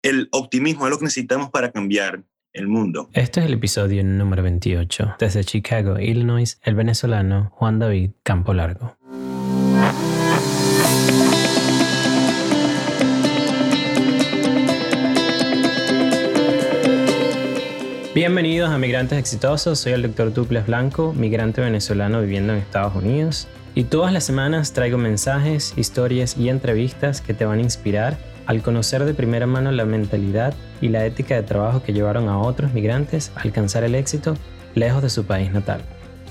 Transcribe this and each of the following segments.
El optimismo es lo que necesitamos para cambiar el mundo. Este es el episodio número 28. Desde Chicago, Illinois, el venezolano Juan David Campo Largo. Bienvenidos a Migrantes Exitosos. Soy el Dr. Douglas Blanco, migrante venezolano viviendo en Estados Unidos. Y todas las semanas traigo mensajes, historias y entrevistas que te van a inspirar al conocer de primera mano la mentalidad y la ética de trabajo que llevaron a otros migrantes a alcanzar el éxito lejos de su país natal.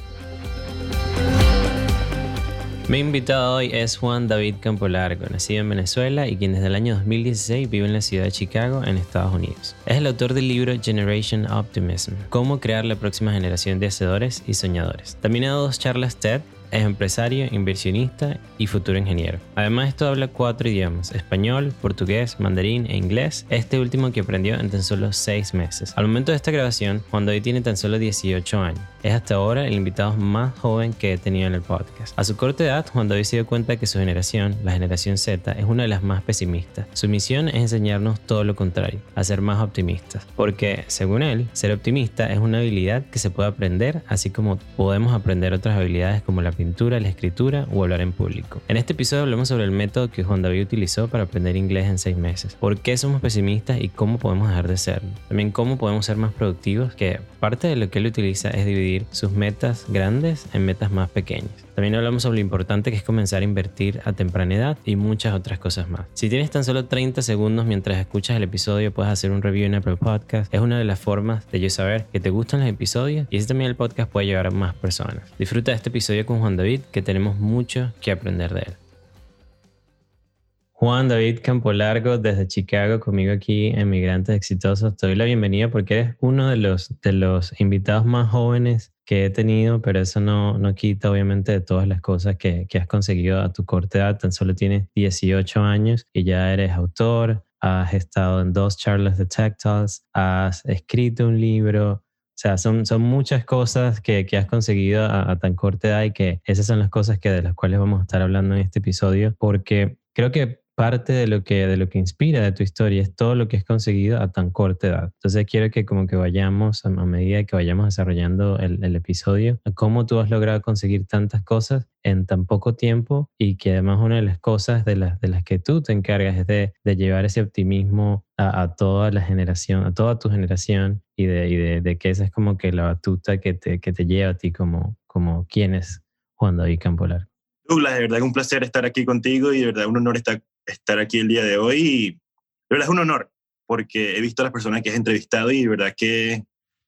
Mi invitado hoy es Juan David Campo Largo, nacido en Venezuela y quien desde el año 2016 vive en la ciudad de Chicago, en Estados Unidos. Es el autor del libro Generation Optimism, Cómo crear la próxima generación de hacedores y soñadores. También ha dado 2 charlas TED. Es empresario, inversionista y futuro ingeniero. Además de esto habla 4 idiomas: español, portugués, mandarín e inglés, este último que aprendió en tan solo 6 meses. Al momento de esta grabación, Juan David tiene tan solo 18 años. Es hasta ahora el invitado más joven que he tenido en el podcast. A su corta edad, Juan David se dio cuenta que su generación, la generación Z, es una de las más pesimistas. Su misión es enseñarnos todo lo contrario, a ser más optimistas. Porque, según él, ser optimista es una habilidad que se puede aprender, así como podemos aprender otras habilidades como la pintura, la escritura o hablar en público. En este episodio hablamos sobre el método que Juan David utilizó para aprender inglés en 6 meses, por qué somos pesimistas y cómo podemos dejar de serlo. También cómo podemos ser más productivos, que parte de lo que él utiliza es dividir sus metas grandes en metas más pequeñas. También hablamos sobre lo importante que es comenzar a invertir a temprana edad y muchas otras cosas más. Si tienes tan solo 30 segundos mientras escuchas el episodio, puedes hacer un review en Apple Podcast. Es una de las formas de yo saber que te gustan los episodios y así también el podcast puede llegar a más personas. Disfruta de este episodio con Juan David, que tenemos mucho que aprender de él. Juan David Campo Largo desde Chicago, conmigo aquí en Migrantes Exitosos. Te doy la bienvenida porque eres uno de los invitados más jóvenes que he tenido, pero eso no quita obviamente de todas las cosas que has conseguido a tu corta edad. Tan solo tienes 18 años y ya eres autor, has estado en 2 charlas de Tech Talks, has escrito un libro. O sea, son muchas cosas que has conseguido a tan corta edad, y que esas son las cosas de las cuales vamos a estar hablando en este episodio, porque creo que parte de lo que inspira de tu historia es todo lo que has conseguido a tan corta edad. Entonces quiero que como que vayamos, a medida que vayamos desarrollando el episodio, a cómo tú has logrado conseguir tantas cosas en tan poco tiempo, y que además una de las cosas de las que tú te encargas es de llevar ese optimismo a toda la generación, a toda tu generación, y de que esa es como que la batuta que te lleva a ti como quién es Juan David Campo Largo. Douglas, de verdad es un placer estar aquí contigo y de verdad un honor estar aquí el día de hoy. Y de verdad es un honor porque he visto a las personas que has entrevistado y de verdad que,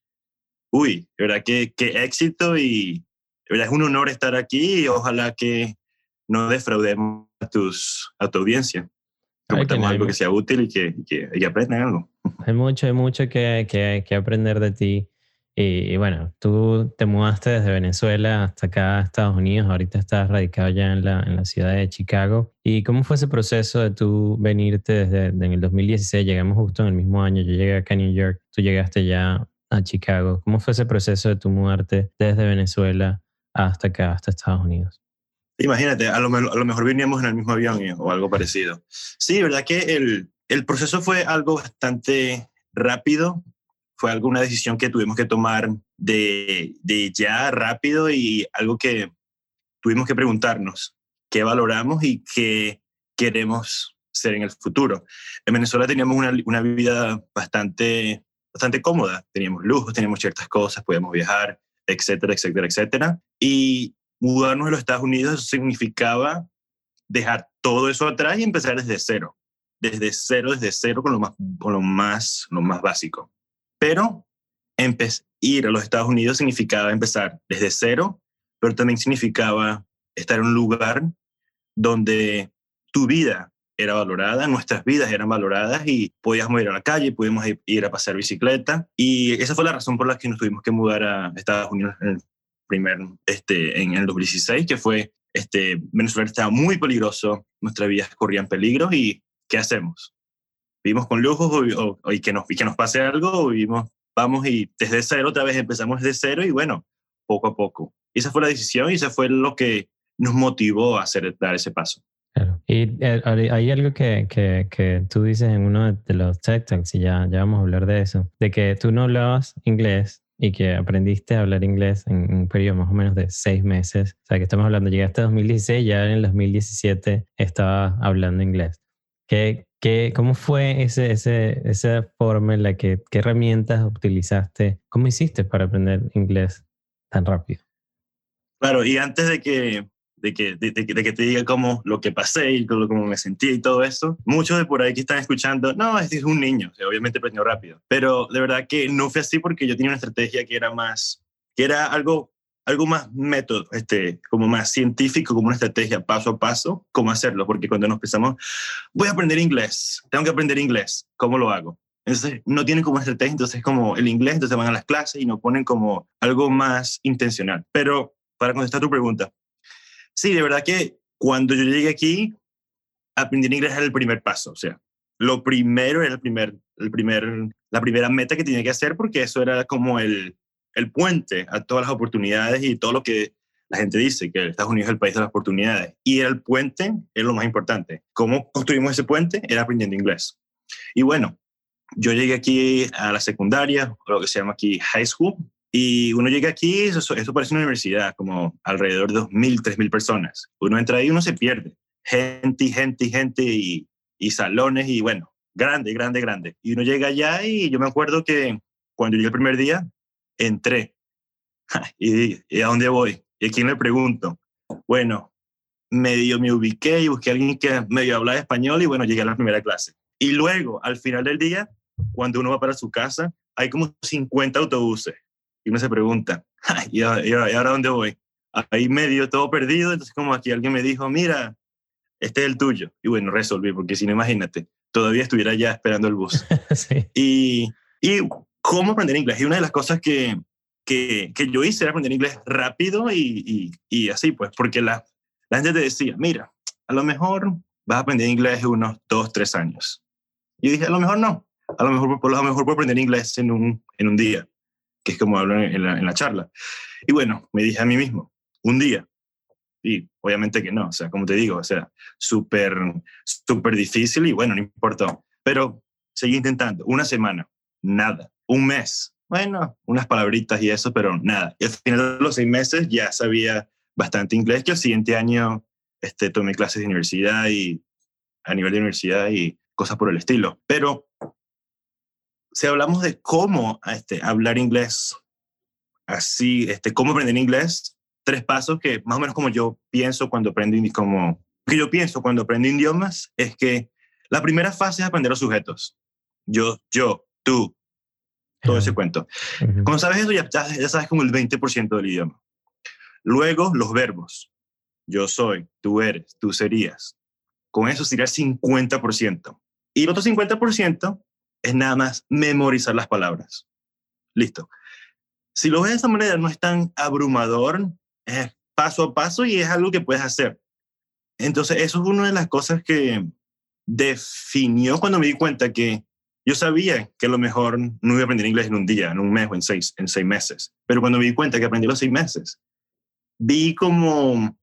qué éxito, y de verdad es un honor estar aquí y ojalá que no defraudemos a tu audiencia. Compartamos algo que sea útil y que aprendan algo. Hay mucho que aprender de ti. Y bueno, tú te mudaste desde Venezuela hasta acá a Estados Unidos. Ahorita estás radicado ya en la ciudad de Chicago. ¿Y cómo fue ese proceso de tú venirte en el 2016? Llegamos justo en el mismo año. Yo llegué acá a New York, tú llegaste ya a Chicago. ¿Cómo fue ese proceso de tú mudarte desde Venezuela hasta acá, hasta Estados Unidos? Imagínate, a lo mejor veníamos en el mismo avión o algo parecido. Sí, verdad que el proceso fue algo bastante rápido. Fue una decisión que tuvimos que tomar de ya rápido, y algo que tuvimos que preguntarnos: ¿qué valoramos y qué queremos ser en el futuro? En Venezuela teníamos una vida bastante cómoda. Teníamos lujos, teníamos ciertas cosas, podíamos viajar, etcétera, etcétera, etcétera. Y mudarnos a los Estados Unidos significaba dejar todo eso atrás y empezar desde cero. Desde cero, con lo más básico. Pero ir a los Estados Unidos significaba empezar desde cero, pero también significaba estar en un lugar donde tu vida era valorada, nuestras vidas eran valoradas, y podíamos ir a la calle, podíamos ir a pasear bicicleta. Y esa fue la razón por la que nos tuvimos que mudar a Estados Unidos en el 2016, que fue Venezuela estaba muy peligroso, nuestras vidas corrían peligro, y ¿qué hacemos? ¿Vivimos con lujos y que nos pase algo, o vamos y desde cero otra vez empezamos desde cero? Y bueno, poco a poco. Esa fue la decisión y esa fue lo que nos motivó a dar ese paso. Claro. Y hay algo que tú dices en uno de los TED Talks, y ya vamos a hablar de eso, de que tú no hablabas inglés y que aprendiste a hablar inglés en un periodo más o menos de 6 meses. O sea, que estamos hablando, llegaste a 2016, ya en el 2017 estabas hablando inglés. ¿Cómo fue esa forma en la qué herramientas utilizaste? ¿Cómo hiciste para aprender inglés tan rápido? Claro, y antes de que te diga cómo lo que pasé y cómo me sentí y todo eso, muchos de por ahí que están escuchando, no, este es un niño, o sea, obviamente aprendió rápido, pero de verdad que no fue así porque yo tenía una estrategia que era algo más método, como más científico, como una estrategia paso a paso, cómo hacerlo, porque cuando nos pensamos, voy a aprender inglés, tengo que aprender inglés, ¿cómo lo hago? Entonces, no tienen como estrategia, entonces como el inglés, entonces van a las clases y no ponen como algo más intencional. Pero para contestar tu pregunta, sí, de verdad que cuando yo llegué aquí, aprender inglés era el primer paso. O sea, lo primero era la primera meta que tenía que hacer porque eso era como el puente a todas las oportunidades y todo lo que la gente dice, que Estados Unidos es el país de las oportunidades. Y era el puente, es lo más importante. ¿Cómo construimos ese puente? Era aprendiendo inglés. Y bueno, yo llegué aquí a la secundaria, lo que se llama aquí high school, y uno llega aquí, eso parece una universidad, como alrededor de 2.000, 3.000 personas. Uno entra ahí y uno se pierde. Gente y gente y gente y salones y bueno, grande, grande, grande. Y uno llega allá y yo me acuerdo que cuando llegué el primer día, entré ¿y a dónde voy? ¿Y a quién le pregunto? Bueno, medio me ubiqué y busqué a alguien que medio hablaba español y bueno, llegué a la primera clase. Y luego, al final del día, cuando uno va para su casa, hay como 50 autobuses. Y uno se pregunta, ¿y ahora dónde voy? Ahí medio todo perdido, entonces como aquí alguien me dijo, mira, este es el tuyo. Y bueno, resolví, porque si no, imagínate, todavía estuviera ya esperando el bus. Sí. Y cómo aprender inglés. Y una de las cosas que yo hice era aprender inglés rápido y así, pues, porque la gente te decía, mira, a lo mejor vas a aprender inglés en unos 2, 3 años. Y yo dije, a lo mejor no. A lo mejor puedo aprender inglés en un día, que es como hablo en la charla. Y bueno, me dije a mí mismo, un día. Y obviamente que no, o sea, como te digo, o sea, súper, súper difícil y bueno, no importó. Pero seguí intentando. Una semana, nada. Un mes, bueno, unas palabritas y eso, pero nada. Y al final de los 6 meses ya sabía bastante inglés, que el siguiente año tomé clases de universidad y a nivel de universidad y cosas por el estilo. Pero si hablamos de cómo hablar inglés así, cómo aprender inglés, 3 pasos que más o menos como yo pienso cuando aprendo, que yo pienso cuando aprendo idiomas, es que la primera fase es aprender los sujetos. Yo, tú, todo ese cuento. Uh-huh. Cuando sabes eso, ya sabes como el 20% del idioma. Luego, los verbos. Yo soy, tú eres, tú serías. Con eso sería el 50%. Y el otro 50% es nada más memorizar las palabras. Listo. Si lo ves de esa manera, no es tan abrumador, es paso a paso y es algo que puedes hacer. Entonces, eso es una de las cosas que definió cuando me di cuenta que yo sabía que a lo mejor no iba a aprender inglés en un día, en un mes o en 6 meses. Pero cuando me di cuenta que aprendí los 6 meses, vi como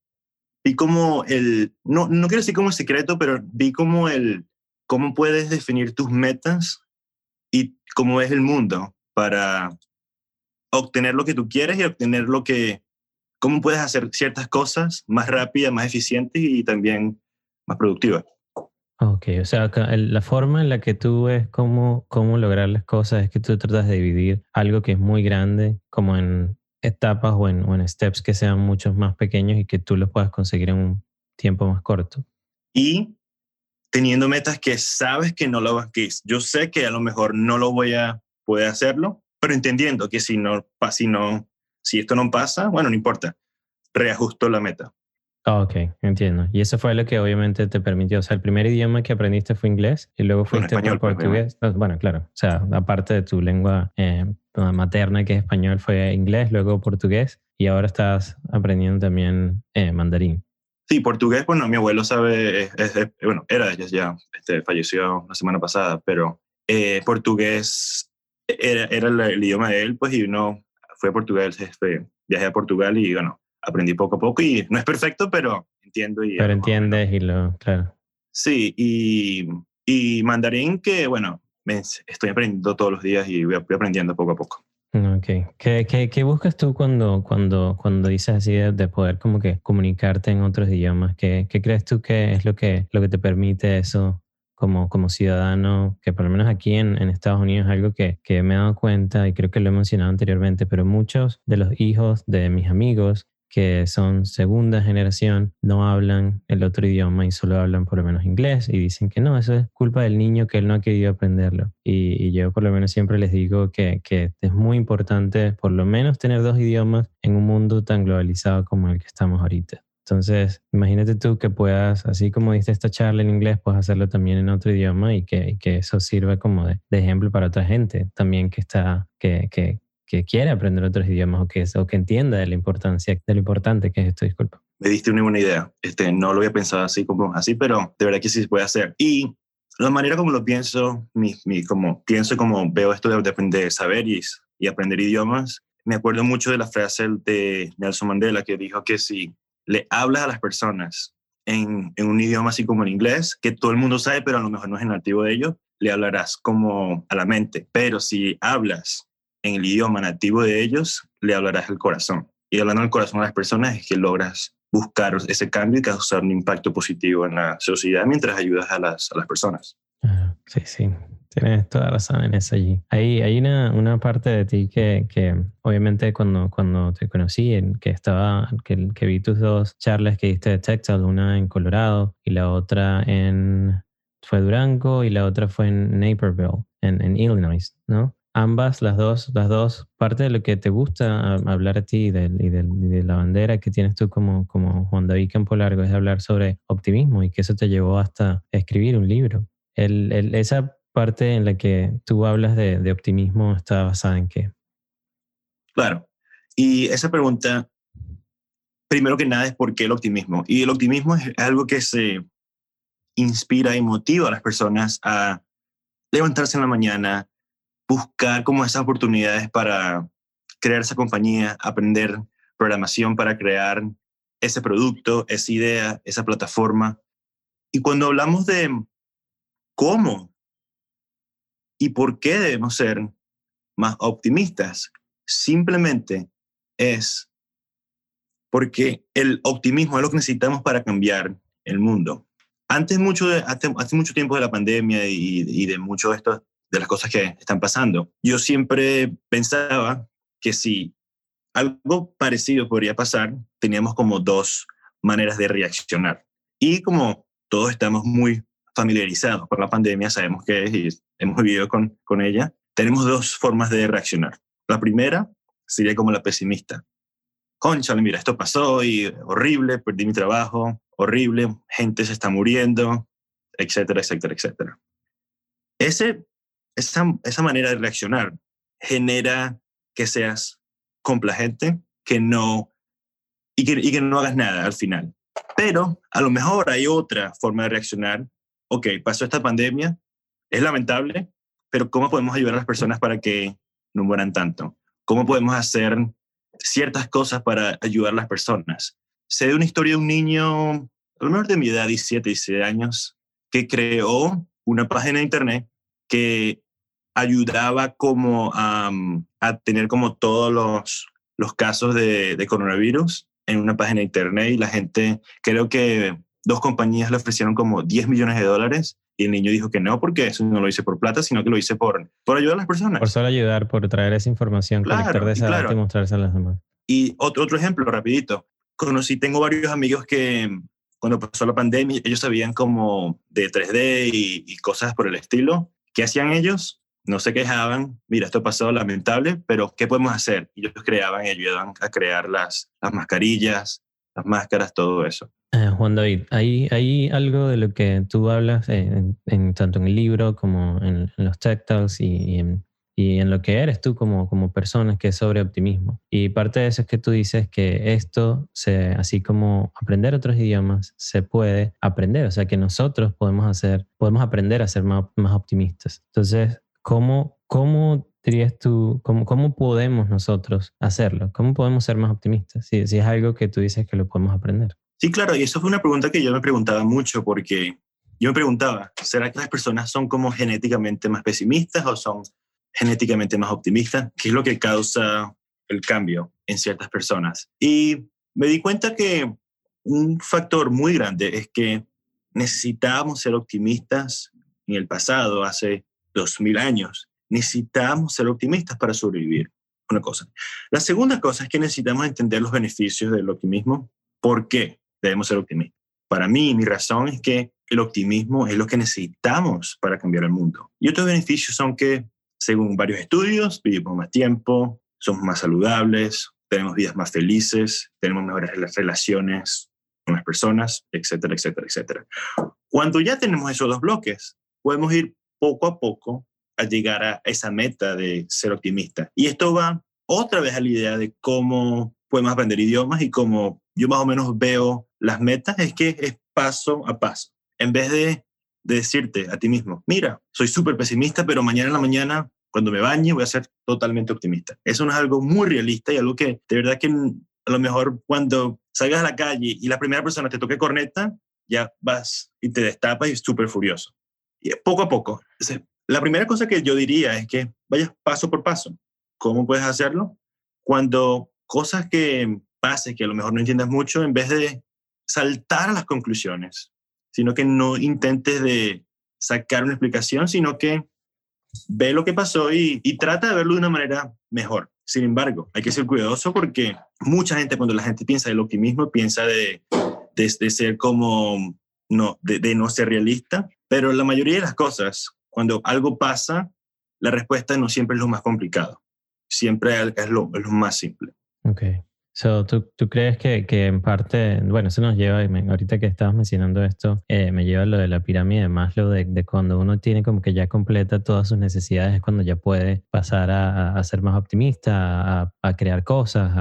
no quiero decir como el secreto, pero vi como cómo puedes definir tus metas y cómo es el mundo para obtener lo que tú quieres y obtener cómo puedes hacer ciertas cosas más rápidas, más eficientes y también más productivas. Ok, o sea, la forma en la que tú ves cómo lograr las cosas es que tú tratas de dividir algo que es muy grande como en etapas o en steps que sean muchos más pequeños y que tú los puedas conseguir en un tiempo más corto. Y teniendo metas que sabes que no lo vas, que yo sé que a lo mejor no lo voy a poder hacerlo, pero entendiendo que si esto no pasa, bueno, no importa, reajusto la meta. Ok, entiendo. Y eso fue lo que obviamente te permitió. O sea, el primer idioma que aprendiste fue inglés y luego Bueno, fuiste por español, pues, obviamente. portugués. Bueno, claro. O sea, aparte de tu lengua materna, que es español, fue inglés, luego portugués y ahora estás aprendiendo también mandarín. Sí, portugués, bueno, mi abuelo sabe, bueno, era ya, falleció la semana pasada, pero portugués era el idioma de él, pues, y uno fue a Portugal, viajé a Portugal y, bueno, aprendí poco a poco y no es perfecto, pero entiendo y Pero hablo más o menos. entiendes y claro. Sí, y mandarín que, bueno, estoy aprendiendo todos los días y voy aprendiendo poco a poco. Okay. ¿Qué buscas tú cuando dices así de poder como que comunicarte en otros idiomas? ¿Qué crees tú que es lo que te permite eso como ciudadano? Que por lo menos aquí en Estados Unidos es algo que me he dado cuenta y creo que lo he mencionado anteriormente, pero muchos de los hijos de mis amigos que son segunda generación no hablan el otro idioma y solo hablan por lo menos inglés y dicen que no, eso es culpa del niño que él no ha querido aprenderlo. Y yo por lo menos siempre les digo que es muy importante por lo menos tener dos idiomas en un mundo tan globalizado como el que estamos ahorita. Entonces, imagínate tú que puedas, así como diste esta charla en inglés, puedes hacerlo también en otro idioma y que eso sirva como de ejemplo para otra gente también que quiere aprender otros idiomas o que entienda de la importancia, de lo importante que es esto, disculpa. Me diste una buena idea. No lo había pensado así como así, pero de verdad que sí se puede hacer. Y la manera como lo pienso, como veo esto de aprender, de saber y aprender idiomas, me acuerdo mucho de la frase de Nelson Mandela que dijo que si le hablas a las personas en un idioma así como el inglés, que todo el mundo sabe, pero a lo mejor no es el nativo de ellos, le hablarás como a la mente. Pero si hablas en el idioma nativo de ellos, le hablarás al corazón. Y hablando al corazón a las personas es que logras buscar ese cambio y causar un impacto positivo en la sociedad mientras ayudas a las personas. Sí, sí, tienes toda razón en eso allí. Hay una parte de ti que obviamente cuando te conocí, que vi tus dos charlas que diste de Texas, una en Colorado y la otra fue Durango y la otra fue en Naperville, en Illinois, ¿no? Ambas, las dos, parte de lo que te gusta hablar a ti y de la bandera que tienes tú como Juan David Campo Largo es hablar sobre optimismo y que eso te llevó hasta escribir un libro. Esa parte en la que tú hablas de optimismo está basada en qué. Claro. Y esa pregunta, primero que nada, es por qué el optimismo. Y el optimismo es algo que se inspira y motiva a las personas a levantarse en la mañana, buscar como esas oportunidades para crear esa compañía, aprender programación para crear ese producto, esa idea, esa plataforma. Y cuando hablamos de cómo y por qué debemos ser más optimistas, simplemente es porque el optimismo es lo que necesitamos para cambiar el mundo. Hace mucho tiempo de la pandemia y de mucho de esto, de las cosas que están pasando, yo siempre pensaba que si algo parecido podría pasar, teníamos como dos maneras de reaccionar. Y como todos estamos muy familiarizados con la pandemia, sabemos que es y hemos vivido con ella, tenemos dos formas de reaccionar. La primera sería como la pesimista. Cónchale, mira, esto pasó y horrible, perdí mi trabajo, horrible, gente se está muriendo, etcétera, etcétera, etcétera. Esa manera de reaccionar genera que seas complaciente, y que no hagas nada al final. Pero a lo mejor hay otra forma de reaccionar. Ok, pasó esta pandemia, es lamentable, pero ¿cómo podemos ayudar a las personas para que no mueran tanto? ¿Cómo podemos hacer ciertas cosas para ayudar a las personas? Sé de una historia de un niño, a lo mejor de mi edad, 17, 16 años, que creó una página de internet que ayudaba como a tener como todos los casos de coronavirus en una página de internet y la gente, creo que dos compañías le ofrecieron como $10 millones y el niño dijo que no, porque eso no lo hice por plata, sino que lo hice por ayudar a las personas. Por solo ayudar, por traer esa información, conectar de esa data y mostrarse a las demás. Y otro ejemplo, rapidito. Tengo varios amigos que cuando pasó la pandemia, ellos sabían como de 3D y cosas por el estilo. ¿Qué hacían ellos? No se quejaban, mira, esto pasó lamentable, pero ¿qué podemos hacer? Y ellos creaban y ayudaban a crear las mascarillas, las máscaras, todo eso. Juan David, hay algo de lo que tú hablas tanto en el libro como en los TED Talks y en lo que eres tú como persona, que es sobre optimismo. Y parte de eso es que tú dices que así como aprender otros idiomas, se puede aprender, o sea que nosotros podemos aprender a ser más optimistas. Entonces, ¿cómo dirías tú, cómo podemos nosotros hacerlo? ¿Cómo podemos ser más optimistas? Si es algo que tú dices que lo podemos aprender. Sí, claro, y eso fue una pregunta que yo me preguntaba mucho porque yo me preguntaba, ¿será que las personas son como genéticamente más pesimistas o son genéticamente más optimistas? ¿Qué es lo que causa el cambio en ciertas personas? Y me di cuenta que un factor muy grande es que necesitábamos ser optimistas en el pasado, hace 2000 años. Necesitábamos ser optimistas para sobrevivir. Una cosa. La segunda cosa es que necesitamos entender los beneficios del optimismo. ¿Por qué debemos ser optimistas? Para mí, mi razón es que el optimismo es lo que necesitamos para cambiar el mundo. Y otros beneficios son que, según varios estudios, vivimos más tiempo, somos más saludables, tenemos vidas más felices, tenemos mejores relaciones con las personas, etcétera, etcétera, etcétera. Cuando ya tenemos esos dos bloques, podemos ir poco a poco a llegar a esa meta de ser optimista. Y esto va otra vez a la idea de cómo podemos aprender idiomas y cómo yo más o menos veo las metas, es que es paso a paso. En vez de decirte a ti mismo, mira, soy súper pesimista, pero mañana en la mañana, cuando me bañe, voy a ser totalmente optimista. Eso no es algo muy realista y algo que de verdad que a lo mejor cuando salgas a la calle y la primera persona te toque corneta, ya vas y te destapas y es súper furioso. Y poco a poco. Entonces, la primera cosa que yo diría es que vayas paso por paso. ¿Cómo puedes hacerlo? Cuando cosas que pasen, que a lo mejor no entiendas mucho, en vez de saltar a las conclusiones, sino que no intentes de sacar una explicación, sino que ve lo que pasó y trata de verlo de una manera mejor. Sin embargo, hay que ser cuidadoso porque mucha gente, cuando la gente piensa del optimismo, piensa de ser como, no, de no ser realista, pero la mayoría de las cosas, cuando algo pasa, la respuesta no siempre es lo más complicado, siempre es lo más simple. Ok. So, ¿tú crees que en parte, bueno, eso nos lleva, ahorita que estabas mencionando esto, me lleva a lo de la pirámide de Maslow, de cuando uno tiene como que ya completa todas sus necesidades, es cuando ya puede pasar a ser más optimista, a crear cosas,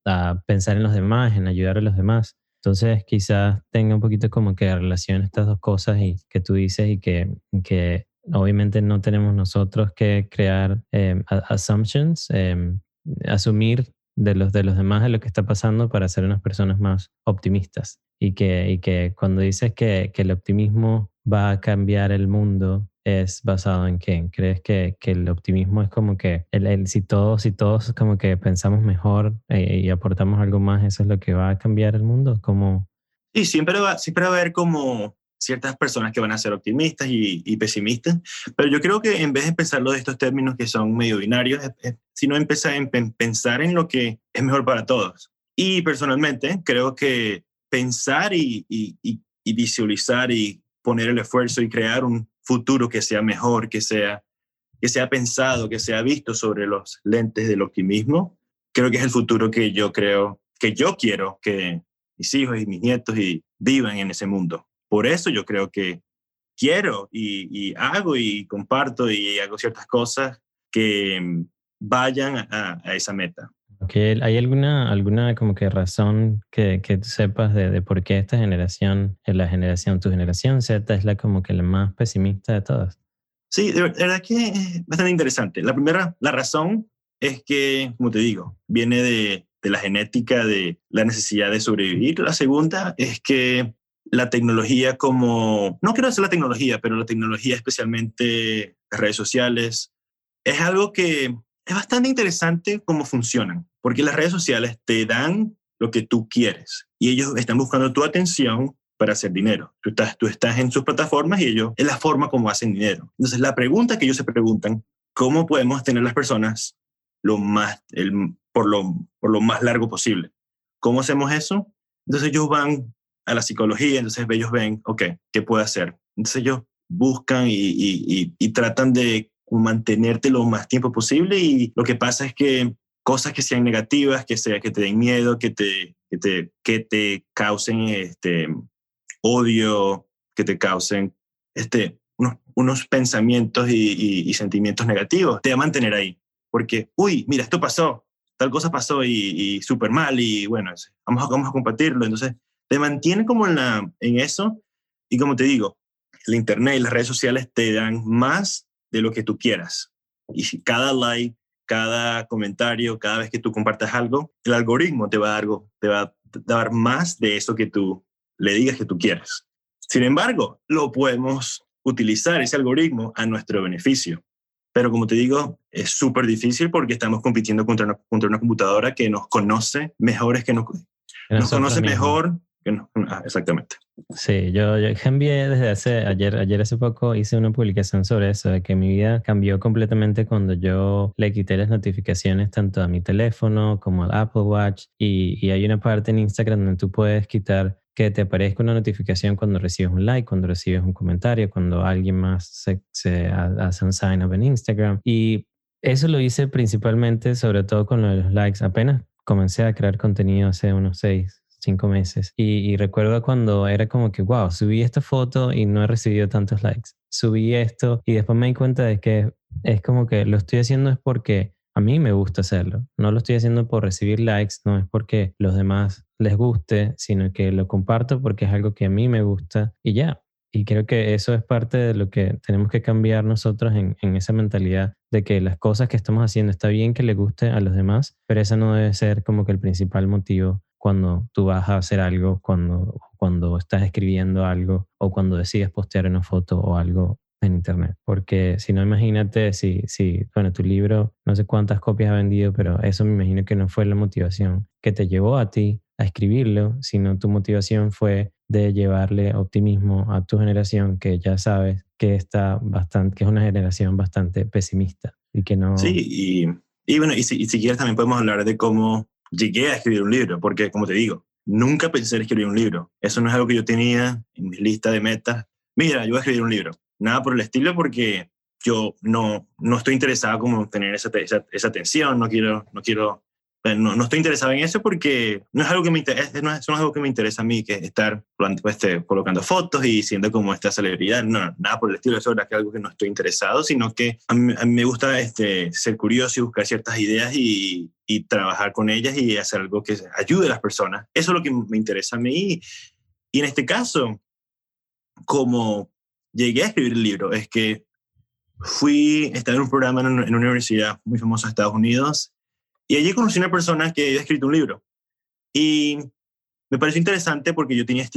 a pensar en los demás, en ayudar a los demás. Entonces, quizás tenga un poquito como que relación estas dos cosas y que tú dices y que obviamente no tenemos nosotros que crear assumptions, asumir de los demás de lo que está pasando para ser unas personas más optimistas. Y que cuando dices que el optimismo va a cambiar el mundo, ¿es basado en qué? ¿Crees que el optimismo es como que si todos como que pensamos mejor y aportamos algo más, eso es lo que va a cambiar el mundo? Como, Y siempre va a haber como ciertas personas que van a ser optimistas y pesimistas, pero yo creo que en vez de pensarlo de estos términos que son medio binarios, sino empezar en pensar en lo que es mejor para todos. Y personalmente creo que pensar y visualizar y poner el esfuerzo y crear un futuro que sea mejor, que sea pensado, que sea visto sobre los lentes del optimismo, creo que es el futuro que yo creo, que yo quiero que mis hijos y mis nietos vivan en ese mundo. Por eso yo creo que quiero y hago y comparto y hago ciertas cosas que vayan a esa meta. que ¿hay alguna como que razón que tú sepas de por qué esta generación, tu generación Z, es la como que la más pesimista de todas? Sí, de verdad que es bastante interesante. La razón es que, como te digo, viene de la genética, de la necesidad de sobrevivir. La segunda es que la tecnología no quiero decir la tecnología, pero la tecnología, especialmente las redes sociales, es algo que es bastante interesante cómo funcionan, porque las redes sociales te dan lo que tú quieres y ellos están buscando tu atención para hacer dinero. Tú estás en sus plataformas y ellos es la forma como hacen dinero. Entonces, la pregunta que ellos se preguntan, ¿cómo podemos tener las personas por lo más largo posible? ¿Cómo hacemos eso? Entonces, ellos van a la psicología, entonces ellos ven, ok, ¿qué puedo hacer? Entonces, ellos buscan y tratan de mantenerte lo más tiempo posible y lo que pasa es que cosas que sean negativas, que te den miedo, que te causen odio, que te causen unos pensamientos y sentimientos negativos, te va a mantener ahí. Porque, uy, mira, esto pasó, tal cosa pasó y súper mal y bueno, vamos a compartirlo. Entonces, te mantiene como en eso y como te digo, el internet y las redes sociales te dan más de lo que tú quieras. Y si cada like, cada comentario, cada vez que tú compartas algo, el algoritmo te va a dar más de eso que tú le digas que tú quieres. Sin embargo, lo podemos utilizar ese algoritmo a nuestro beneficio. Pero como te digo, es súper difícil porque estamos compitiendo contra una computadora que nos conoce mejores que nos conoce mismos. mejor que nos, exactamente. Sí, yo cambié desde ayer hace poco hice una publicación sobre eso, de que mi vida cambió completamente cuando yo le quité las notificaciones tanto a mi teléfono como al Apple Watch y hay una parte en Instagram donde tú puedes quitar que te aparezca una notificación cuando recibes un like, cuando recibes un comentario, cuando alguien más se hace un sign up en Instagram. Y eso lo hice principalmente, sobre todo con lo de los likes. Apenas comencé a crear contenido hace unos 5 meses. Y recuerdo cuando era como que, wow, subí esta foto y no he recibido tantos likes. Subí esto y después me di cuenta de que es como que lo estoy haciendo es porque a mí me gusta hacerlo. No lo estoy haciendo por recibir likes, no es porque los demás les guste, sino que lo comparto porque es algo que a mí me gusta y ya. Y creo que eso es parte de lo que tenemos que cambiar nosotros en esa mentalidad de que las cosas que estamos haciendo está bien que le guste a los demás, pero esa no debe ser como que el principal motivo cuando tú vas a hacer algo, cuando estás escribiendo algo o cuando decides postear una foto o algo en internet. Porque si no, imagínate bueno, tu libro, no sé cuántas copias ha vendido, pero eso me imagino que no fue la motivación que te llevó a ti a escribirlo, sino tu motivación fue de llevarle optimismo a tu generación que ya sabes que que es una generación bastante pesimista y que no... Sí, y bueno, y si quieres también podemos hablar de cómo llegué a escribir un libro, porque como te digo, nunca pensé en escribir un libro. Eso no es algo que yo tenía en mi lista de metas. Mira, yo voy a escribir un libro. Nada por el estilo, porque yo no estoy interesado como en tener esa atención, no estoy interesado en eso porque no es algo que me interesa, no es algo que me interesa a mí, que estar colocando fotos y siendo como esta celebridad. No, nada por el estilo. Eso es algo que no estoy interesado, sino que a mí me gusta ser curioso y buscar ciertas ideas y trabajar con ellas y hacer algo que ayude a las personas. Eso es lo que me interesa a mí. Y en este caso, como llegué a escribir el libro, es que estaba en un programa en una universidad muy famosa de Estados Unidos. Y allí conocí a una persona que había escrito un libro. Y me pareció interesante porque yo tenía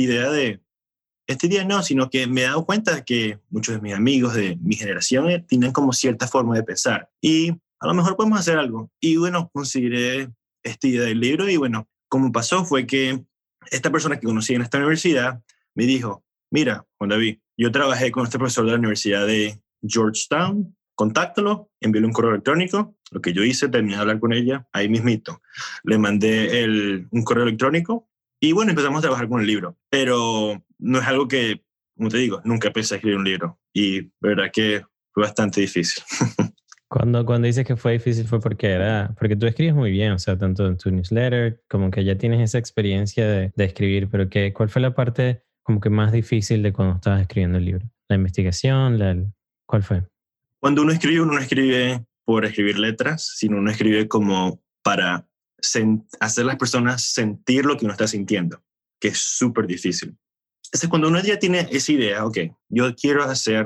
esta idea no, sino que me he dado cuenta de que muchos de mis amigos de mi generación tienen como cierta forma de pensar. Y a lo mejor podemos hacer algo. Y bueno, conseguiré esta idea del libro. Y bueno, como pasó fue que esta persona que conocí en esta universidad me dijo, mira, Juan David, yo trabajé con este profesor de la Universidad de Georgetown, contáctalo, envíale un correo electrónico. Lo que yo hice, terminé de hablar con ella, ahí mismito. Le mandé un correo electrónico y bueno, empezamos a trabajar con el libro. Pero no es algo que, como te digo, nunca pensé escribir un libro. Y de verdad que fue bastante difícil. Cuando dices que fue difícil fue porque tú escribes muy bien, o sea, tanto en tu newsletter como que ya tienes esa experiencia de escribir, pero ¿cuál fue la parte como que más difícil de cuando estabas escribiendo el libro? ¿La investigación? ¿Cuál fue? Cuando uno no escribe por escribir letras, sino uno escribe como para hacer a las personas sentir lo que uno está sintiendo, que es súper difícil. Entonces, cuando uno ya tiene esa idea, ok, yo quiero hacer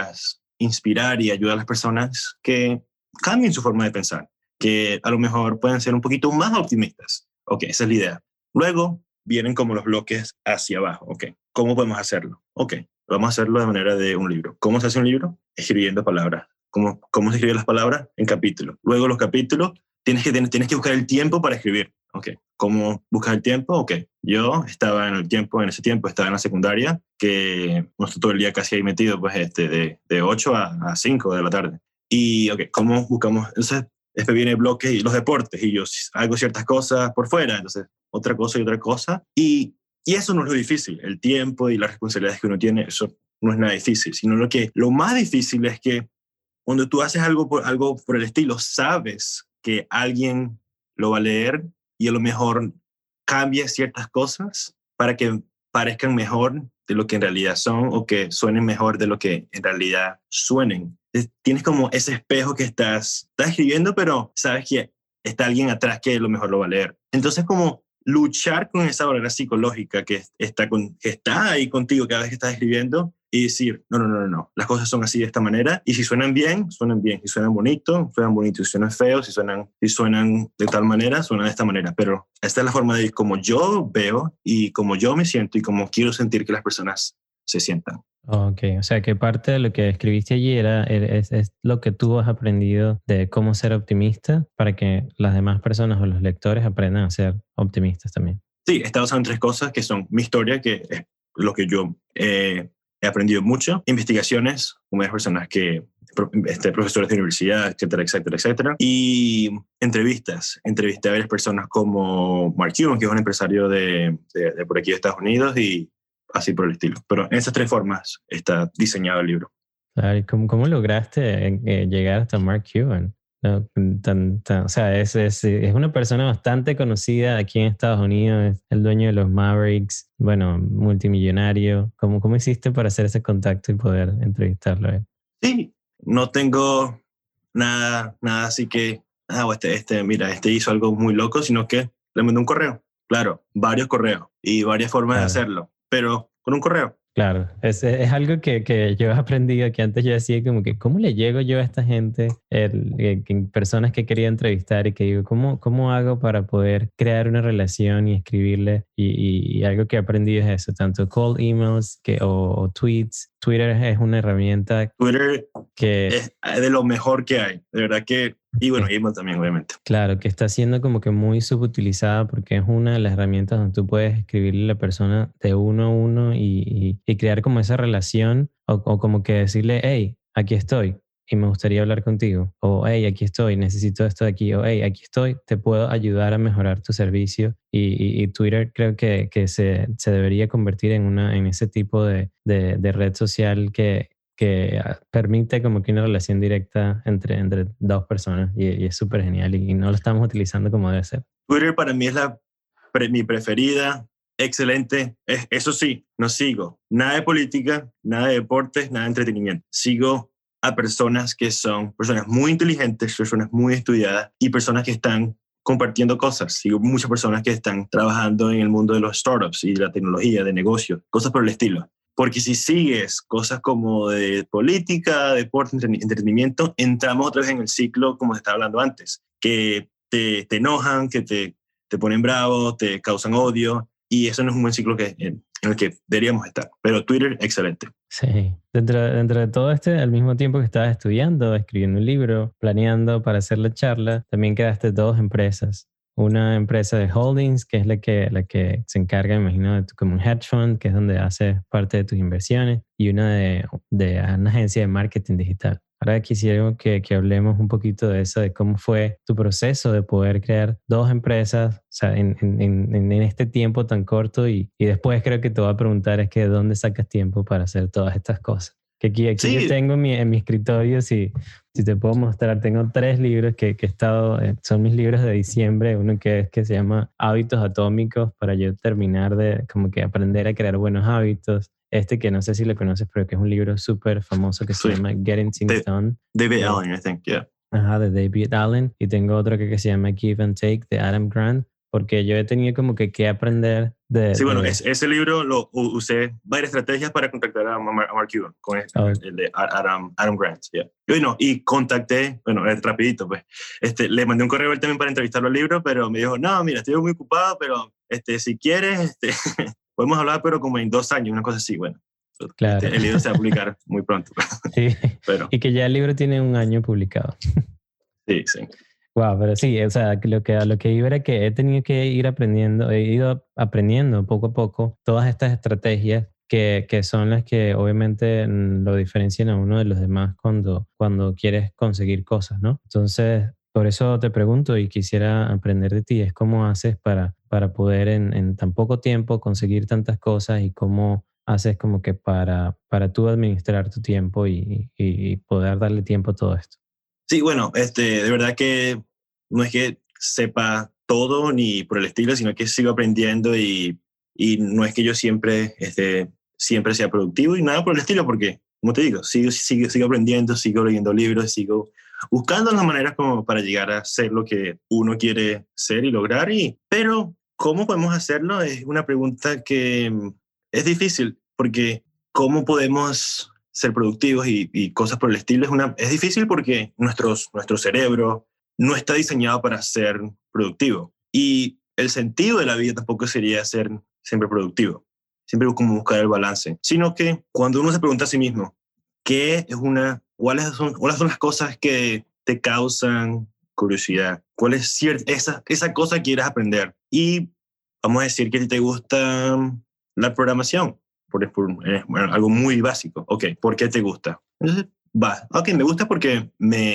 inspirar y ayudar a las personas que cambien su forma de pensar, que a lo mejor pueden ser un poquito más optimistas. Ok, esa es la idea. Luego vienen como los bloques hacia abajo. Ok, ¿cómo podemos hacerlo? Ok, vamos a hacerlo de manera de un libro. ¿Cómo se hace un libro? Escribiendo palabras. ¿Cómo se escriben las palabras? En capítulos. Luego los capítulos, tienes que buscar el tiempo para escribir. Ok, ¿cómo buscas el tiempo? Ok, yo estaba en ese tiempo estaba en la secundaria, que no estoy todo el día casi ahí metido, pues de 8 a 5 de la tarde. Y ok, ¿cómo buscamos? Entonces, después viene bloques y los deportes, y yo hago ciertas cosas por fuera, entonces otra cosa y otra cosa. Y eso no es lo difícil, el tiempo y las responsabilidades que uno tiene, eso no es nada difícil, sino lo más difícil es que cuando tú haces algo por el estilo, sabes que alguien lo va a leer y a lo mejor cambia ciertas cosas para que parezcan mejor de lo que en realidad son o que suenen mejor de lo que en realidad suenen. Tienes como ese espejo que estás escribiendo, pero sabes que está alguien atrás que a lo mejor lo va a leer. Entonces, como luchar con esa barrera psicológica que está ahí contigo cada vez que estás escribiendo y decir, no, las cosas son así de esta manera, y si suenan bien, suenan bien, si suenan bonito, si suenan feos, si suenan de tal manera, suenan de esta manera, pero esta es la forma de como yo veo y como yo me siento y como quiero sentir que las personas se sientan. Ok, o sea que parte de lo que escribiste allí es lo que tú has aprendido de cómo ser optimista para que las demás personas o los lectores aprendan a ser optimistas también. Sí, está basado en tres cosas que son mi historia, que es lo que yo he aprendido mucho, investigaciones, como las personas que, profesores de universidad, etcétera, etcétera, etcétera, y entrevistas. Entrevisté a varias personas como Mark Cuban, que es un empresario de por aquí de Estados Unidos, y así por el estilo. Pero en esas tres formas está diseñado el libro. Claro, ¿y cómo lograste llegar hasta Mark Cuban? No, o sea, es una persona bastante conocida aquí en Estados Unidos, es el dueño de los Mavericks, bueno, multimillonario. ¿Cómo hiciste para hacer ese contacto y poder entrevistarlo a él? Sí, no tengo nada así que, mira, hizo algo muy loco, sino que le mandé un correo. Claro, varios correos y varias formas de Claro. hacerlo, pero con un correo. Claro, es algo que yo he aprendido, que antes yo decía como que, ¿cómo le llego yo a esta gente? Personas que quería entrevistar y que digo, ¿cómo hago para poder crear una relación y escribirle? Y algo que he aprendido es eso, tanto cold emails o tweets. Twitter es una herramienta Twitter que... es de lo mejor que hay, de verdad que, y bueno, email también, obviamente. Claro, que está siendo como que muy subutilizada porque es una de las herramientas donde tú puedes escribirle a la persona de uno a uno y crear como esa relación o como que decirle, hey, aquí estoy y me gustaría hablar contigo. O hey, aquí estoy, necesito esto de aquí. O hey, aquí estoy, te puedo ayudar a mejorar tu servicio. Y Twitter creo que se debería convertir en ese tipo de red social que permite como que una relación directa entre dos personas y es súper genial y no lo estamos utilizando como debe ser. Twitter para mí es mi preferida, excelente. Eso sí, no sigo nada de política, nada de deportes, nada de entretenimiento. Sigo a personas que son personas muy inteligentes, personas muy estudiadas y personas que están compartiendo cosas. Sigo muchas personas que están trabajando en el mundo de los startups y de la tecnología, de negocios, cosas por el estilo. Porque si sigues cosas como de política, deporte, entretenimiento, entramos otra vez en el ciclo, como se estaba hablando antes, que te enojan, que te ponen bravo, te causan odio, y eso no es un buen ciclo en el que deberíamos estar. Pero Twitter, excelente. Sí, dentro de todo al mismo tiempo que estabas estudiando, escribiendo un libro, planeando para hacer la charla, también creaste dos empresas. Una empresa de holdings, que es la que se encarga, me imagino, como un hedge fund, que es donde haces parte de tus inversiones, y una de una agencia de marketing digital. Ahora quisiera que hablemos un poquito de eso, de cómo fue tu proceso de poder crear dos empresas, o sea, en este tiempo tan corto y después creo que te voy a preguntar es que ¿de dónde sacas tiempo para hacer todas estas cosas? Que aquí yo Sí, tengo en mi escritorio, si te puedo mostrar, tengo 3 libros que he estado, son mis libros de diciembre, uno que se llama Hábitos Atómicos para yo terminar de como que aprender a crear buenos hábitos. Que no sé si lo conoces, pero que es un libro súper famoso que se sí. llama Getting Things Done. David Allen, I think, yeah. Ajá, de David Allen. Y tengo otro que se llama Give and Take de Adam Grant, porque yo he tenido como que aprender Sí, bueno, ese libro usé varias estrategias para contactar a Mark Cuban, con el de Adam Grant. Yeah. Y bueno, y contacté, bueno, rapidito, pues, le mandé un correo a él también para entrevistarlo al libro, pero me dijo, no, mira, estoy muy ocupado, pero si quieres, podemos hablar, pero como en 2 años, una cosa así, bueno. Claro. El libro se va a publicar muy pronto. Sí, Pero, y que ya el libro tiene 1 año publicado. sí, sí. Wow, pero sí, o sea, a lo que iba era que he tenido que ir aprendiendo, he ido aprendiendo poco a poco todas estas estrategias que son las que obviamente lo diferencian a uno de los demás cuando quieres conseguir cosas, ¿no? Entonces, por eso te pregunto y quisiera aprender de ti, es cómo haces para poder en tan poco tiempo conseguir tantas cosas y cómo haces como que para tú administrar tu tiempo y poder darle tiempo a todo esto. Sí, bueno, de verdad que no es que sepa todo ni por el estilo, sino que sigo aprendiendo y no es que yo siempre sea productivo y nada por el estilo, porque, como te digo, sigo aprendiendo, sigo leyendo libros, sigo buscando las maneras como para llegar a ser lo que uno quiere ser y lograr. Pero, ¿cómo podemos hacerlo? Es una pregunta que es difícil, porque ¿cómo podemos ser productivos y cosas por el estilo? Es difícil porque nuestro cerebro no está diseñado para ser productivo. Y el sentido de la vida tampoco sería ser siempre productivo. siempre como buscar el balance, sino que cuando uno se pregunta a sí mismo, ¿cuáles son las cosas que te causan curiosidad? ¿Cuál es esa cosa que quieres aprender? Y vamos a decir que te gusta la programación, bueno, algo muy básico. Ok, ¿por qué te gusta? Entonces, ok, me gusta porque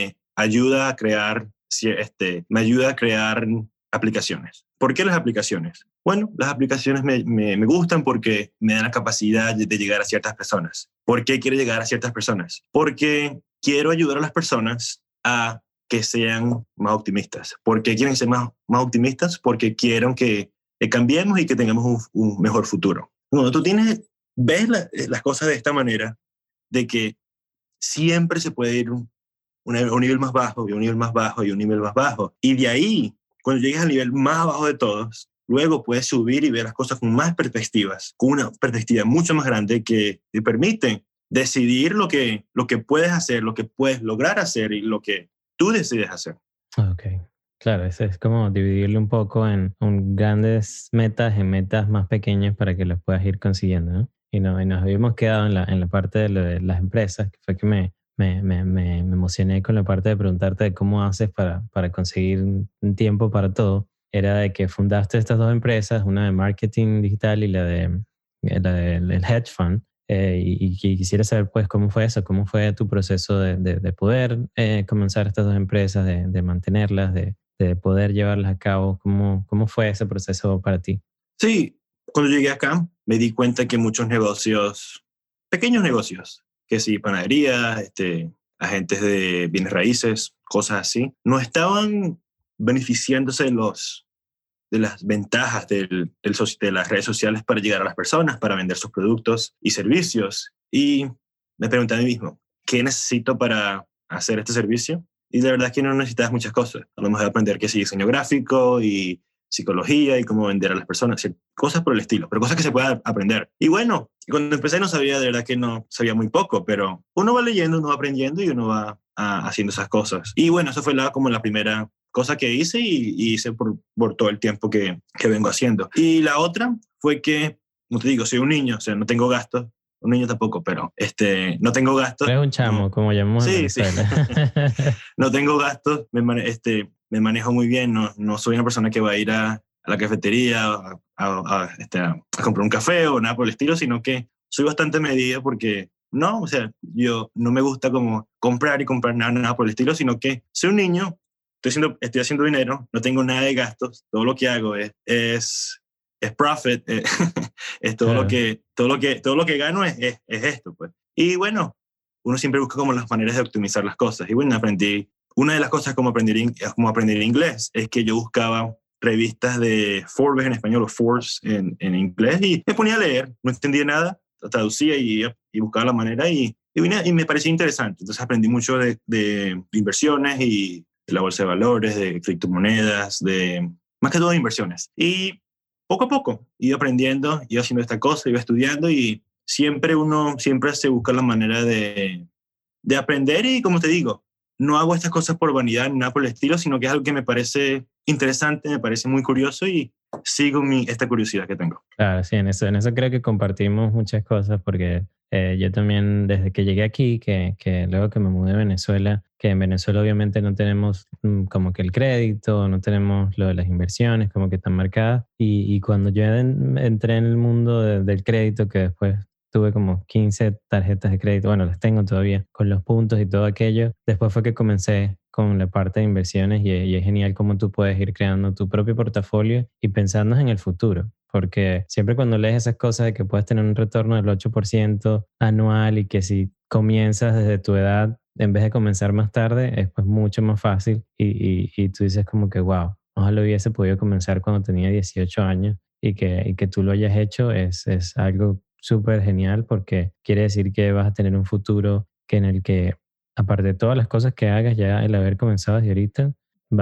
me ayuda a crear aplicaciones. ¿Por qué las aplicaciones? Bueno, las aplicaciones me gustan porque me dan la capacidad de llegar a ciertas personas. ¿Por qué quiero llegar a ciertas personas? Porque quiero ayudar a las personas a que sean más optimistas. ¿Por qué quieren ser más optimistas? Porque quieren que cambiemos y que tengamos un mejor futuro. Cuando tú ves las cosas de esta manera, de que siempre se puede ir un nivel más bajo y un nivel más bajo y un nivel más bajo. Y de ahí, cuando llegues al nivel más abajo de todos, luego puedes subir y ver las cosas con más perspectivas, con una perspectiva mucho más grande que te permite decidir lo que puedes hacer, lo que puedes lograr hacer y lo que tú decides hacer. Ok, claro, eso es como dividirlo un poco en grandes metas, en metas más pequeñas para que las puedas ir consiguiendo, ¿no? Y nos habíamos quedado en la parte de lo de las empresas, que fue que me emocioné con la parte de preguntarte de cómo haces para conseguir un tiempo para todo. Era de que fundaste estas dos empresas, una de marketing digital y la del hedge fund. Y quisiera saber, pues, cómo fue eso, cómo fue tu proceso de poder comenzar estas dos empresas, de mantenerlas, de poder llevarlas a cabo. ¿Cómo fue ese proceso para ti? Sí, cuando llegué acá me di cuenta que muchos negocios, pequeños negocios, que sí, panadería, agentes de bienes raíces, cosas así, no estaban beneficiándose de las ventajas de las redes sociales para llegar a las personas, para vender sus productos y servicios. Y me pregunté a mí mismo, ¿qué necesito para hacer este servicio? Y la verdad es que no necesitas muchas cosas. A lo mejor aprender qué es diseño gráfico y psicología y cómo vender a las personas, cosas por el estilo, pero cosas que se puedan aprender. Y bueno, cuando empecé no sabía, de verdad que no sabía muy poco, pero uno va leyendo, uno va aprendiendo y uno va haciendo esas cosas. Y bueno, eso fue como la primera cosa que hice y hice por todo el tiempo que vengo haciendo. Y la otra fue que, como te digo, soy un niño, o sea, no tengo gastos, un niño tampoco, pero no tengo gastos. Eres un chamo, No. como llamamos en Sí, sí. Venezuela. No tengo gastos, me manejo muy bien, no soy una persona que va a ir a la cafetería a comprar un café o nada por el estilo, sino que soy bastante medido porque no, o sea, yo no me gusta como comprar y comprar nada por el estilo, sino que soy un niño, estoy haciendo dinero, no tengo nada de gastos, todo lo que hago es profit, es Claro. todo lo que gano es esto, pues. Y bueno, uno siempre busca como las maneras de optimizar las cosas. Y bueno, una de las cosas como aprender inglés es que yo buscaba revistas de Forbes en español o Forbes en inglés y me ponía a leer, no entendía nada, traducía y buscaba la manera y me parecía interesante. Entonces aprendí mucho de inversiones y de la bolsa de valores, de criptomonedas, más que todo de inversiones. Y poco a poco iba aprendiendo, iba haciendo esta cosa, iba estudiando y siempre se busca la manera de aprender y, como te digo, no hago estas cosas por vanidad ni nada por el estilo, sino que es algo que me parece interesante, me parece muy curioso y sigo esta curiosidad que tengo. Claro, sí, en eso creo que compartimos muchas cosas porque yo también desde que llegué aquí, que luego que me mudé a Venezuela, que en Venezuela obviamente no tenemos como que el crédito, no tenemos lo de las inversiones como que están marcadas y cuando yo entré en el mundo del crédito, que después tuve como 15 tarjetas de crédito, bueno, las tengo todavía, con los puntos y todo aquello, después fue que comencé con la parte de inversiones y es genial cómo tú puedes ir creando tu propio portafolio y pensando en el futuro. Porque siempre cuando lees esas cosas de que puedes tener un retorno del 8% anual y que si comienzas desde tu edad, en vez de comenzar más tarde, es pues mucho más fácil y tú dices como que, wow, ojalá hubiese podido comenzar cuando tenía 18 años y que tú lo hayas hecho es algo súper genial porque quiere decir que vas a tener un futuro en el que, aparte de todas las cosas que hagas ya el haber comenzado desde ahorita,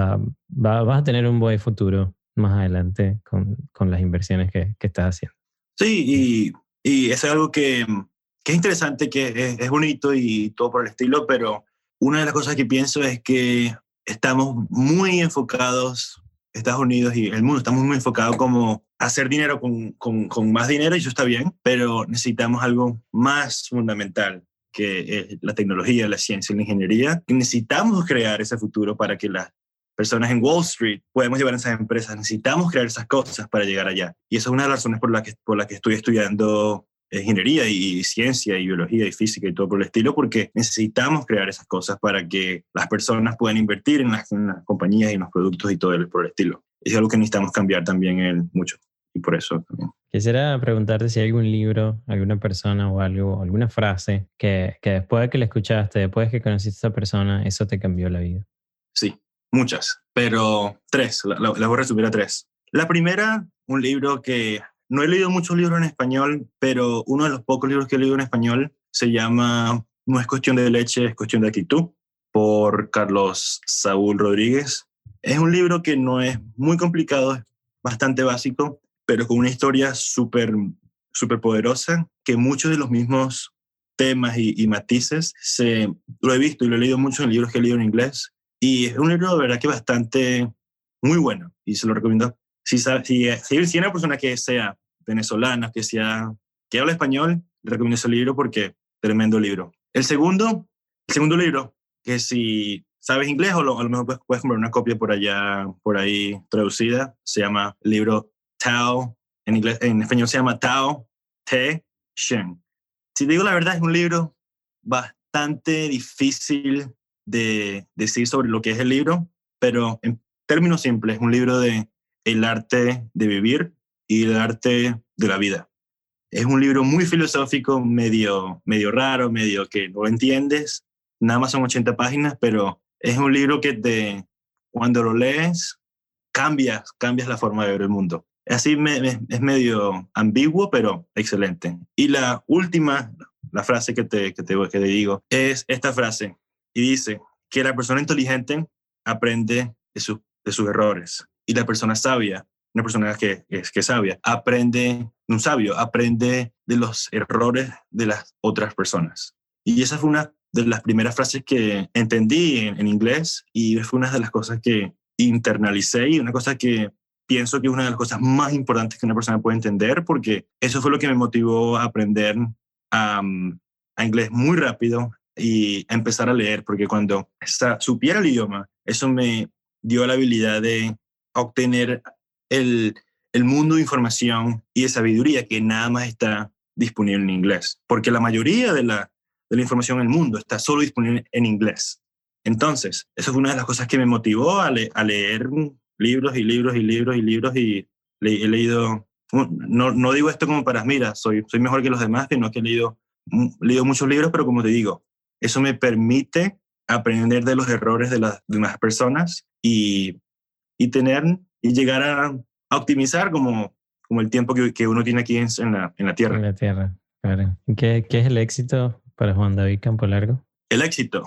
vas a tener un buen futuro más adelante con las inversiones que estás haciendo. Sí, y eso es algo que es interesante, que es bonito y todo por el estilo, pero una de las cosas que pienso es que estamos muy enfocados Estados Unidos y el mundo estamos muy enfocados como a hacer dinero con más dinero, y eso está bien, pero necesitamos algo más fundamental, que es la tecnología, la ciencia y la ingeniería. Y necesitamos crear ese futuro para que las personas en Wall Street podamos llevar a esas empresas. Necesitamos crear esas cosas para llegar allá. Y esa es una de las razones por la que estoy estudiando ingeniería y ciencia y biología y física y todo por el estilo, porque necesitamos crear esas cosas para que las personas puedan invertir en las compañías y en los productos y todo por el estilo. Es algo que necesitamos cambiar también mucho, y por eso también. Quisiera preguntarte si hay algún libro, alguna persona o algo, alguna frase que después de que la escuchaste, después de que conociste a esa persona, eso te cambió la vida. Sí, muchas, pero 3, las voy a resumir a 3. La primera, un libro que no he leído muchos libros en español, pero uno de los pocos libros que he leído en español se llama No es cuestión de leche, es cuestión de actitud, por Carlos Saúl Rodríguez. Es un libro que no es muy complicado, es bastante básico, pero con una historia súper poderosa, que muchos de los mismos temas y matices lo he visto y lo he leído mucho en libros que he leído en inglés. Y es un libro de verdad que bastante muy bueno, y se lo recomiendo. Si hay una persona que sea venezolana, que habla español, recomiendo ese libro porque tremendo libro. El segundo libro, que si sabes inglés, o a lo mejor puedes comprar una copia por ahí traducida, se llama el libro Tao, en español se llama Tao Te Ching. Si te digo la verdad, es un libro bastante difícil de decir sobre lo que es el libro, pero en términos simples, es un libro de el arte de vivir y el arte de la vida. Es un libro muy filosófico, medio raro, medio que no entiendes. Nada más son 80 páginas, pero es un libro que cuando lo lees, cambias la forma de ver el mundo. Así es medio ambiguo, pero excelente. Y la última, la frase que te digo, es esta frase. Y dice que la persona inteligente aprende de sus errores. Y la persona sabia, una persona que es sabia, un sabio aprende de los errores de las otras personas. Y esa fue una de las primeras frases que entendí en inglés, y fue una de las cosas que internalicé, y una cosa que pienso que es una de las cosas más importantes que una persona puede entender, porque eso fue lo que me motivó a aprender a inglés muy rápido y a empezar a leer, porque cuando supiera el idioma, eso me dio la habilidad de obtener el mundo de información y de sabiduría que nada más está disponible en inglés, porque la mayoría de la información en el mundo está solo disponible en inglés. Entonces, eso fue una de las cosas que me motivó a leer libros y libros y libros y libros, y he leído, no digo esto como para, mira, soy mejor que los demás, sino que he leído muchos libros, pero como te digo, eso me permite aprender de los errores de las demás personas y llegar a optimizar como el tiempo que uno tiene aquí en la Tierra. En la Tierra, claro. ¿Qué es el éxito para Juan David Campolargo? El éxito.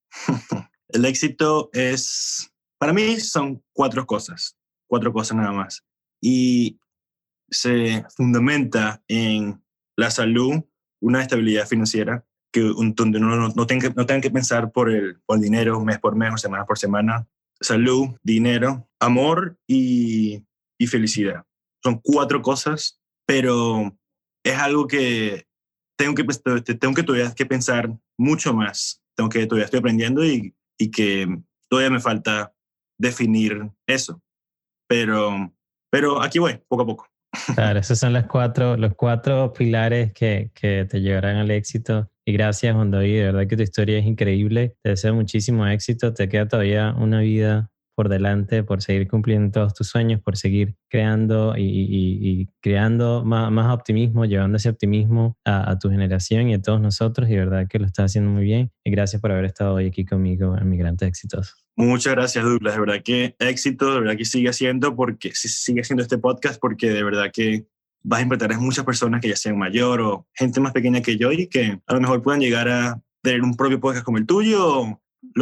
El éxito para mí son 4 cosas nada más. Y se fundamenta en la salud, una estabilidad financiera, donde uno no tenga que pensar por el dinero mes por mes o semana por semana. Salud, dinero, amor y felicidad. Son 4 cosas, pero es algo que tengo que todavía que pensar mucho más. Todavía estoy aprendiendo y que todavía me falta definir eso. Pero aquí voy, poco a poco. Claro, esos son los 4 pilares que te llevarán al éxito. Y gracias, Juan David, de verdad que tu historia es increíble. Te deseo muchísimo éxito. Te queda todavía una vida por delante, por seguir cumpliendo todos tus sueños, por seguir creando y creando más optimismo, llevando ese optimismo a tu generación y a todos nosotros. Y de verdad que lo estás haciendo muy bien. Y gracias por haber estado hoy aquí conmigo en Migrantes Exitosos. Muchas gracias, Douglas. De verdad que éxito, de verdad que sigue haciendo este podcast, porque de verdad que vas a impactar a muchas personas que ya sean mayor o gente más pequeña que yo, y que a lo mejor puedan llegar a tener un propio podcast como el tuyo.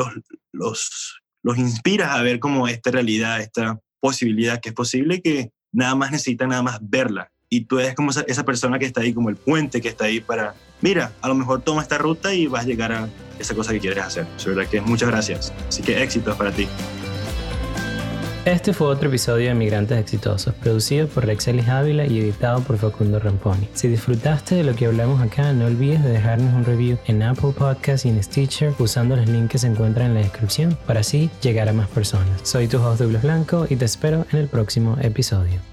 Los inspiras a ver como esta realidad, esta posibilidad que es posible, que nada más necesitan verla. Y tú eres como esa persona que está ahí, como el puente que está ahí para, mira, a lo mejor toma esta ruta y vas a llegar a esa cosa que quieres hacer. Es verdad que muchas gracias. Así que éxitos para ti. Este fue otro episodio de Migrantes Exitosos, producido por Rexelis Ávila y editado por Facundo Ramponi. Si disfrutaste de lo que hablamos acá, no olvides de dejarnos un review en Apple Podcasts y en Stitcher usando los links que se encuentran en la descripción para así llegar a más personas. Soy tu host Douglas Blanco y te espero en el próximo episodio.